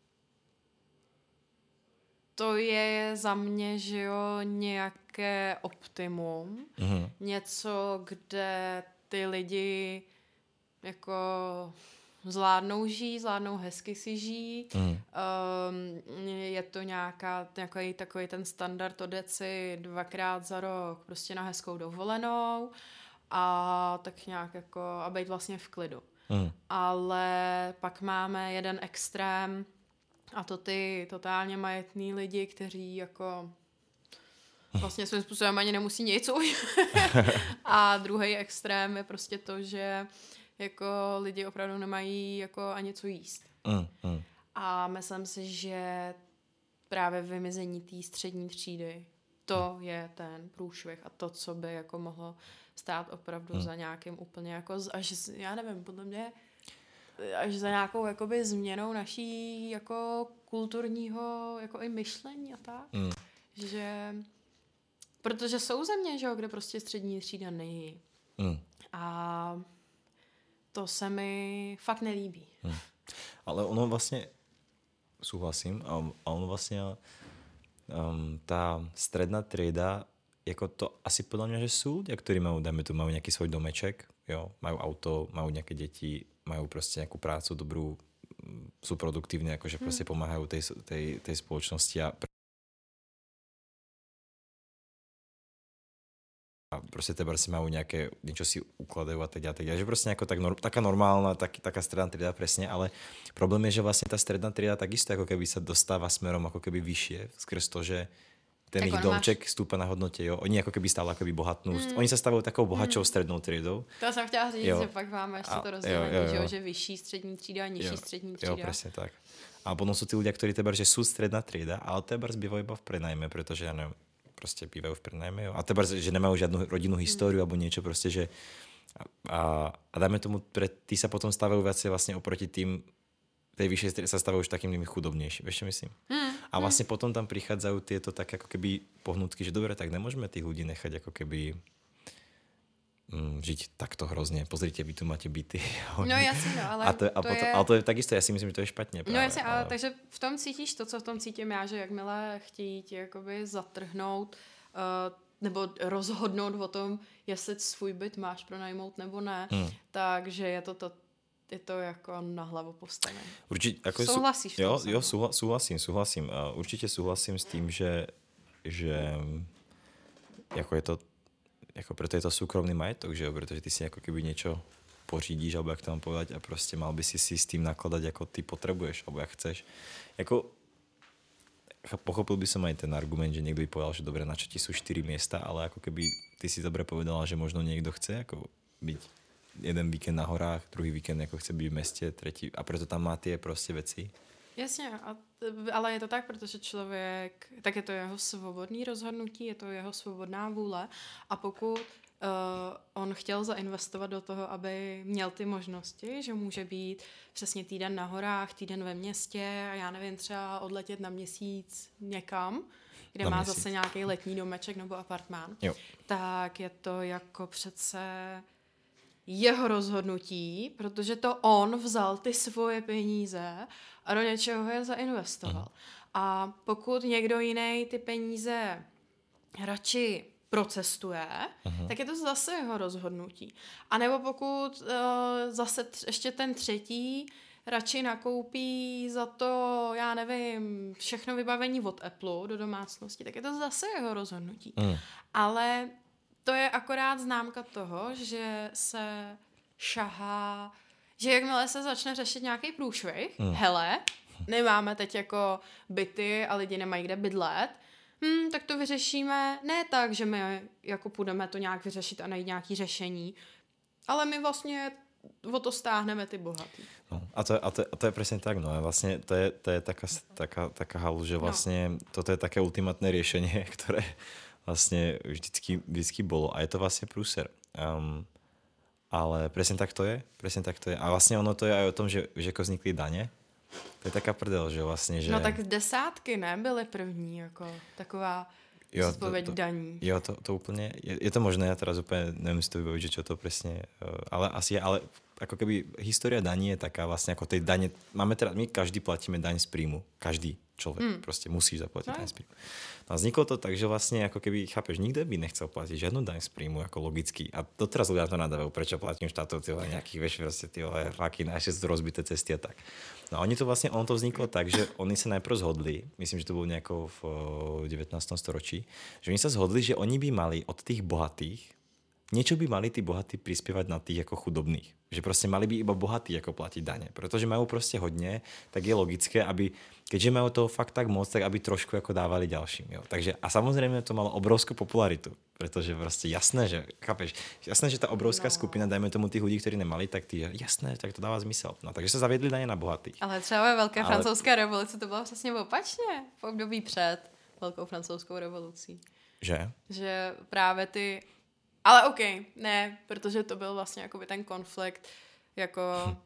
[SPEAKER 2] to je za mě, že jo, nějaké optimum. Mm-hmm. Něco, kde ty lidi jako zvládnou žít, zvládnou hezky si žít. Mm. Um, je to nějaká, nějaký takový ten standard odjet si dvakrát za rok prostě na hezkou dovolenou a tak nějak jako a být vlastně v klidu. Mm. Ale pak máme jeden extrém a to ty totálně majetný lidi, kteří jako vlastně svým způsobem ani nemusí nic už. A druhý extrém je prostě to, že jako lidi opravdu nemají jako ani co jíst. Mm, mm. A myslím si, že právě vymizení té střední třídy, to je ten průšvih a to, co by jako mohlo stát opravdu mm. za nějakým úplně jako, až já nevím, podle mě až za nějakou jakoby změnou naší jako kulturního jako i myšlení a tak. Mm. Že protože jsou země, že jo, kde prostě střední třída nejí. Mm. A to se mi fakt nelíbí. Hmm.
[SPEAKER 1] Ale ono vlastně, súhlasím, a ono vlastně um, tá stredná trieda, jako to asi podľa mňa, že sú ľudia, ktorí majú, dajme tu, majú nejaký svoj domeček, jo, majú auto, majú nejaké deti, majú proste nejakú prácu dobrú, sú produktívne, akože proste hmm. pomáhajú tej, tej, tej spoločnosti a a proste teba si majú nejaké, niečo si ukladajú a tak a tak. Že proste nejako tak, taká normálna, tak, taká stredná trieda presne, ale problém je, že vlastne tá stredná trieda takisto ako keby sa dostáva smerom ako keby vyššie, skrz to, že ten tak ich domček máš... stúpa na hodnote, jo. Oni ako keby stále akoby bohatnú. Mm. Oni sa stávajú takou bohatšou mm. strednou triedou.
[SPEAKER 2] To som chtěla říct, jo. Že pak máme ešte to rozdělení, že, že vyšší střední třída a nižší jo. střední třída.
[SPEAKER 1] Jo, presne tak. A potom sú tí ľudia, ktorí teba, že sú stredná trieda, ale teba bývajú iba v prenajme, pretože ja neviem, proste bývajú v prenajme, jo. A teba, že nemajú žiadnu rodinnú históriu mm. alebo niečo proste, že a, a, a dajme tomu, pre, tí sa potom stávajú viacej vlastne oproti tým tej vyššej sa stávajú už takým tými chudobnejším, vieš čo myslím?
[SPEAKER 2] Hmm.
[SPEAKER 1] A vlastne potom tam prichádzajú tieto tak ako keby pohnutky, že dobre, tak nemôžeme tých ľudí nechať ako keby mm, žiť takto hrozne. Pozrite, vy tu máte byty.
[SPEAKER 2] No jasně, no, ale
[SPEAKER 1] a to, a
[SPEAKER 2] to
[SPEAKER 1] potom,
[SPEAKER 2] je...
[SPEAKER 1] ale to je takisto, já si myslím, že to je špatně. Právě,
[SPEAKER 2] No jasně, ale,
[SPEAKER 1] ale...
[SPEAKER 2] takže v tom cítíš to, co v tom cítím já, že jakmile chtějí tě jakoby zatrhnout uh, nebo rozhodnout o tom, jestli svůj byt máš pronajmout nebo ne, hmm. takže je to, to je to jako na hlavu postavené.
[SPEAKER 1] Určitě, jako
[SPEAKER 2] souhlasíš
[SPEAKER 1] sú, jo, jo, súhla, súhlasím, súhlasím. A určitě súhlasím s tím, že, že jako je to, jako proto je to súkromný majetok, že jo, protože ty si jako keby něco pořídíš, alebo jak to mám povedať, a prostě mal by si si s tím nakladať, jako ty potrebuješ, alebo jak chceš. Jako pochopil by som aj ten argument, že niekto by povedal, že dobre, na čo ti sú štyri miesta, ale ako keby ty si dobre povedala, že možno niekto chce ako byť jeden víkend na horách, druhý víkend jako chce být v městě, třetí a proto tam má ty prostě věci.
[SPEAKER 2] Jasně, a, ale je to tak, protože člověk, tak je to jeho svobodný rozhodnutí, je to jeho svobodná vůle a pokud uh, on chtěl zainvestovat do toho, aby měl ty možnosti, že může být přesně týden na horách, týden ve městě a já nevím, třeba odletět na měsíc někam, kde na má měsíc. Zase nějaký letní domeček nebo apartmán, jo. Tak je to jako přece jeho rozhodnutí, protože to on vzal ty svoje peníze a do něčeho je zainvestoval. Uh-huh. A pokud někdo jiný ty peníze radši procestuje, uh-huh. tak je to zase jeho rozhodnutí. A nebo pokud uh, zase tř- ještě ten třetí radši nakoupí za to, já nevím, všechno vybavení od Apple do domácnosti, tak je to zase jeho rozhodnutí. Uh-huh. Ale to je akorát známka toho, že se šahá, že jakmile se začne řešit nějaký průšvih, hmm. hele, nemáme teď jako byty a lidi nemají kde bydlet, hm, tak to vyřešíme ne tak, že my jako půjdeme to nějak vyřešit a najít nějaký řešení, ale my vlastně o to stáhneme ty bohatý.
[SPEAKER 1] No, a, to, a, to, a to je presne tak, no a vlastne to je, to je taká, taká, taká halu, že vlastne no. toto je také ultimátne riešenie, ktoré vlastne vždycky, vždycky bolo a je to vlastne prúser. Um, ale presne tak to je, presne tak to je. A vlastne ono to je aj o tom, že, že ako vznikli dane. To je taká prdel, že vlastne, že...
[SPEAKER 2] No tak desátky, ne? Byly první, jako taková zodpověď daní.
[SPEAKER 1] Jo, to, to úplne, je, je to možné, ja teraz úplne neviem si to vybaviť, že čo to presne, ale asi je, ale ako keby história daní je taká vlastne ako tej dane, máme teda, my každý platíme daň z príjmu, každý človek, mm. proste musí zaplatiť no. daň z príjmu. No a vzniklo to tak, že vlastne ako keby, chápeš, nikto by nechcel platiť žiadnu daň z príjmu ako logicky. A doteraz ľudia to nadávajú, prečo platím štátu, tyhle nejakých, vieš, proste tyhle faky, naše sú rozbité cesty a tak. No a oni to vlastne, ono to vzniklo tak, že oni sa najprv zhodli, myslím, že to bolo nejako v devätnástom storočí, že oni sa zhodli, že oni by mali od tých bohatých niečo by mali tí bohatí prispievať na tých ako chudobných. Že proste mali by iba bohatí ako platiť dane. Pretože majú proste hodne, tak je logické, aby, keďže majú toho fakt tak moc, tak aby trošku ako dávali ďalším. Jo. Takže, a samozrejme to malo obrovskú popularitu. Pretože proste jasné, že, chápeš, jasné, že tá obrovská no. skupina, dajme tomu tých ľudí, ktorí nemali, tak tí, jasné, tak to dává zmysel. No, takže sa zaviedli dane na bohatých.
[SPEAKER 2] Ale třeba ve Velké Ale... francouzské revoluci to bylo přesně opačně. V období před Velkou francouzskou revolucí.
[SPEAKER 1] Že?
[SPEAKER 2] Že právě ty... Ale OK, ne, protože to byl vlastně jakoby ten konflikt jako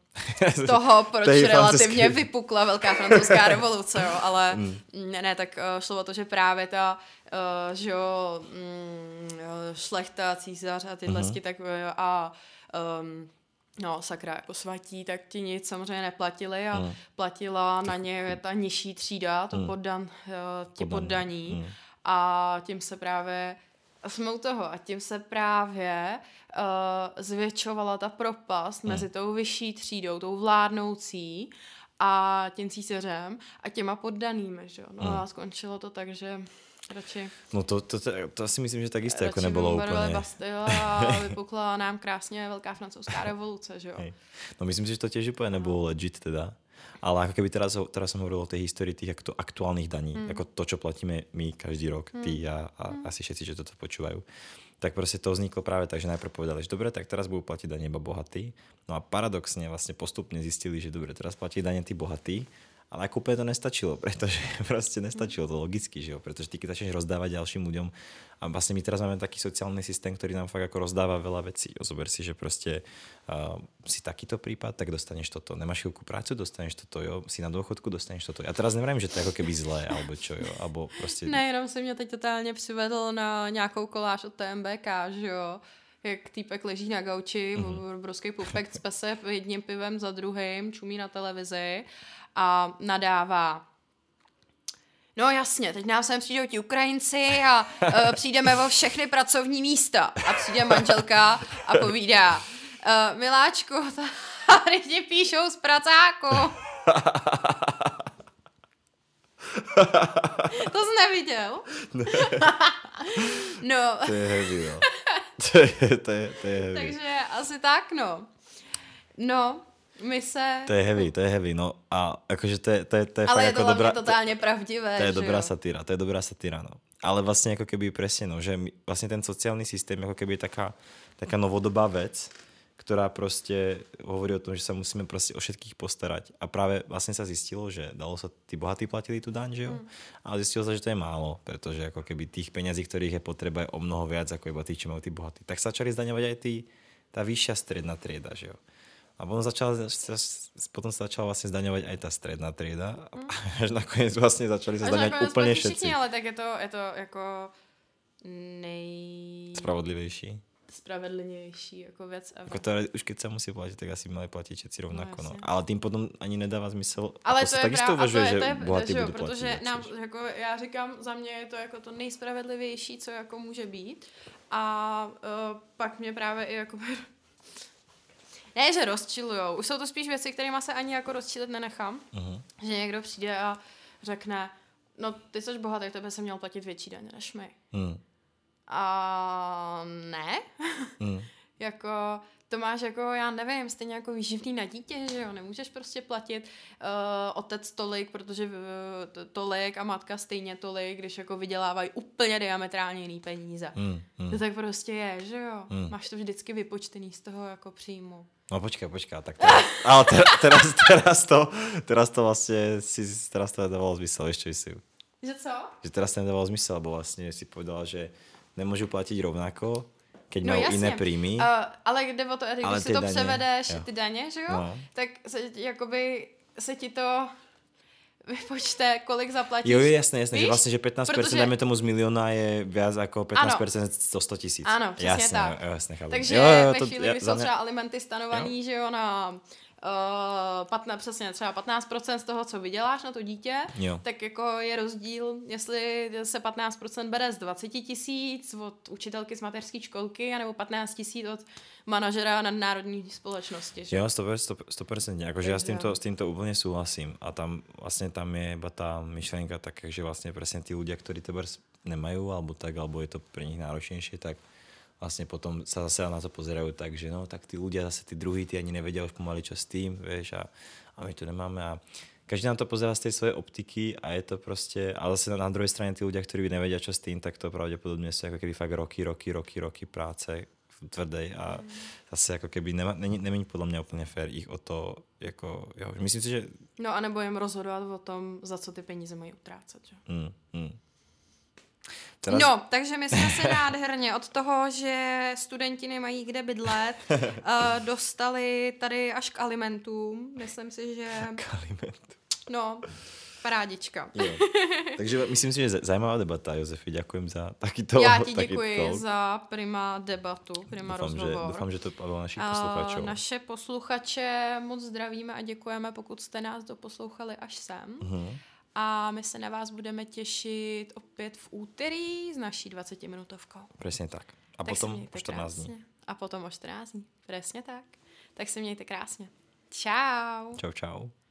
[SPEAKER 2] toho, proč relativně francouzský. vypukla Velká francouzská revoluce, jo, ale mm. ne, ne, tak uh, šlo o to, že právě ta, uh, že jo, mm, šlechta, císař a tyhle mm-hmm. tak uh, a um, no, sakra, jako svatí, tak ti nic samozřejmě neplatili a mm. platila na ně ta nižší třída, to mm. poddan, uh, ti poddaní, poddaní mm. a tím se právě A jsme u toho a tím se právě uh, zvětšovala ta propast hmm. mezi tou vyšší třídou, tou vládnoucí a tím císařem a těma poddanými, že jo. No hmm. a skončilo to tak, že radši...
[SPEAKER 1] No to, to, to, to si myslím, že tak jistě jako nebylo úplně.
[SPEAKER 2] A vypukla nám krásně Velká francouzská revoluce, že jo. Hej.
[SPEAKER 1] No myslím si, že to těž úplně nebylo legit teda. Ale ako keby teraz, teraz som hovoril o tej histórii tých aktuálnych daní, mm. ako to, čo platíme my každý rok, mm. ty a, a mm. asi všetci, čo toto počúvajú, tak proste to vzniklo práve tak, že najprv povedali, že dobre, tak teraz budú platiť dane iba bohatí. No a paradoxne vlastne postupne zistili, že dobre, teraz platí dane tí bohatí Ale ako úplne to nestačilo, pretože proste nestačilo to logicky, že jo? Pretože ty keď začneš rozdávať ďalším ľuďom a vlastne my teraz máme taký sociálny systém, ktorý nám fakt ako rozdáva veľa vecí. Zober si, že proste uh, si takýto prípad, tak dostaneš toto. Nemáš chvíľku prácu, dostaneš toto, jo? Si na dôchodku, dostaneš toto. Ja teraz neviem, že to je ako keby zlé, alebo čo, jo? Alebo proste...
[SPEAKER 2] Ne, jenom si mě teď totálně přivedl na nějakou koláž od T M B K, že jo. Jak týpek leží na gauči, mm-hmm. obrovský pupek, cpe se jedním pivem za druhým, čumí na televizi a nadává. No jasně, teď nám sem přijdou ti Ukrajinci a uh, přijdeme o všechny pracovní místa. A přijde manželka a povídá, uh, miláčku, tady ti píšou z pracáku. To jsi neviděl?
[SPEAKER 1] Ne.
[SPEAKER 2] No.
[SPEAKER 1] To je heavy, no. To je, to je, to je heavy.
[SPEAKER 2] Takže asi tak, no. No, my se...
[SPEAKER 1] To je heavy, to je heavy, no. A akože to je, to je, to je
[SPEAKER 2] ale
[SPEAKER 1] fakt
[SPEAKER 2] je
[SPEAKER 1] ako
[SPEAKER 2] to
[SPEAKER 1] dobrá...
[SPEAKER 2] totálně pravdivé,
[SPEAKER 1] To je
[SPEAKER 2] že
[SPEAKER 1] dobrá
[SPEAKER 2] jo?
[SPEAKER 1] satíra, to je dobrá satíra, no. Ale vlastne ako keby presne, no, že my, vlastne ten sociálny systém ako keby je taká, taká novodobá vec, ktorá proste hovorí o tom, že sa musíme proste o všetkých postarať. A práve vlastne sa zistilo, že dalo sa, tí bohatí platili tú daň, že jo? Mm. Ale zistilo sa, že to je málo, pretože ako keby tých peňazí, ktorých je potreba, je o mnoho viac ako iba tých, čo majú tí bohatí. Tak sa začali zdaňovať aj tí, tá vyššia stredná trieda, že jo? A potom, začala, potom sa začala vlastne zdaňovať aj tá stredná trieda. Mm. Až nakoniec vlastne začali sa zdaňovať úplne všetci.
[SPEAKER 2] Všichni, ale tak je to, je to jako nej...
[SPEAKER 1] Spravodlivejší.
[SPEAKER 2] Spravedlivější jako věc.
[SPEAKER 1] Ako to, už keď sa musí platiť, tak asi mali platiť všetci rovnako. No, no. Ale tým potom ani nedáva zmysl.
[SPEAKER 2] Ale
[SPEAKER 1] to
[SPEAKER 2] to je
[SPEAKER 1] takisto uvažuje, že bohatí
[SPEAKER 2] že,
[SPEAKER 1] budú platiť.
[SPEAKER 2] protože
[SPEAKER 1] viac,
[SPEAKER 2] nám, jako, já říkám, za mě je to jako to nejspravedlivější, co jako může být. A uh, pak mě právě i jako... Ne, že rozčilujou. Už jsou to spíš věci, kterýma se ani jako rozčilit nenechám. Uh-huh. Že někdo přijde a řekne, no ty jsi bohatý, tebe se měl platit větší daně než my. Hmm. A ne. Hmm. Jako to máš jako, já nevím, stejně jako výživný na dítě, že jo, nemůžeš prostě platit uh, otec tolik, protože uh, tolik a matka stejně tolik, když jako vydělávají úplně diametrálně jiný peníze. Hmm. Hmm. To tak prostě je, že jo. Hmm. Máš to vždycky vypočtený z toho jako příjmu.
[SPEAKER 1] No počkaj, počkaj, tak teraz, ale teraz, teraz, teraz, to, teraz to vlastne si, teraz to nedávalo zmysel, vieš čo si.
[SPEAKER 2] Že co?
[SPEAKER 1] Že teraz to nedávalo zmysel, lebo vlastne si povedala, že nemôžu platiť rovnako, keď
[SPEAKER 2] no,
[SPEAKER 1] majú
[SPEAKER 2] jasně.
[SPEAKER 1] iné príjmy.
[SPEAKER 2] Uh, ale jde o to, když si to daně, převedeš, jo. ty daně, že jo, no. tak se, jakoby, se ti to vypočte, kolik zaplatíš.
[SPEAKER 1] Jo, je jasné, jasné, víš? Že vlastne, že pätnásť percent Protože... dajme tomu z milióna je viac ako pätnásť percent zo sto tisíc.
[SPEAKER 2] Ano, přesně
[SPEAKER 1] jasné,
[SPEAKER 2] tak.
[SPEAKER 1] Jo, jasné, chápu.
[SPEAKER 2] Takže
[SPEAKER 1] jo, jo,
[SPEAKER 2] ve
[SPEAKER 1] to,
[SPEAKER 2] chvíli,
[SPEAKER 1] ja,
[SPEAKER 2] kdy jsou
[SPEAKER 1] mě...
[SPEAKER 2] třeba alimenty stanovaný, jo? že jo, na uh, patnáct, přesně třeba patnáct procent z toho, co vyděláš na to dítě, jo. tak jako je rozdíl, jestli se patnáct procent bere z dvacet tisíc od učitelky z mateřské školky, anebo patnáct tisíc od manažera nadnárodní společnosti. Že?
[SPEAKER 1] Jo, sto percent. Akože ja s týmto, s týmto úplne súhlasím. A tam vlastne tam je iba tá myšlienka taká, že vlastne presne tí ľudia, ktorí to nemajú, alebo tak, alebo je to pre nich náročnejšie, tak vlastne potom sa zase na to pozerajú tak, že no, tak tí ľudia zase tí druhí, tí ani nevedia už pomaly čo s tým, vieš, a, a my to nemáme a každý nám to pozerá z tej svojej optiky a je to proste, ale zase na druhej strane tí ľudia, ktorí nevedia čo s tým, tak to pravdepodobne sú ako keby fakt roky, roky, roky, roky práce tvrdej a zase ako keby nema, není, není podľa mňa úplne fér ich o to, jako, jo, myslím si, že...
[SPEAKER 2] No a nebo jim rozhodovat o tom, za co ty peníze mají utrácet, že? Mm, mm. Teraz... No, takže my jsme se nádherně od toho, že studenti nemají kde bydlet, uh, dostali tady až k alimentům. Myslím si, že...
[SPEAKER 1] K alimentům.
[SPEAKER 2] No, parádička.
[SPEAKER 1] Jo. Takže myslím si, že zajímavá debata, Josefi, ďakujem za takýto...
[SPEAKER 2] Já ti děkuji za prima debatu, prima
[SPEAKER 1] doufám,
[SPEAKER 2] rozhovor.
[SPEAKER 1] Že, doufám, že to bavilo našich posluchačů.
[SPEAKER 2] Uh, naše posluchače moc zdravíme a děkujeme, pokud jste nás doposlouchali až sem. Uh-huh. A my se na vás budeme těšit opět v úterý s naší dvacetiminutovkou.
[SPEAKER 1] Přesně tak. A tak potom o čtrnáct dní.
[SPEAKER 2] A potom o čtrnáct dní. Přesně tak. Tak se mějte krásně. Čau.
[SPEAKER 1] Čau, čau.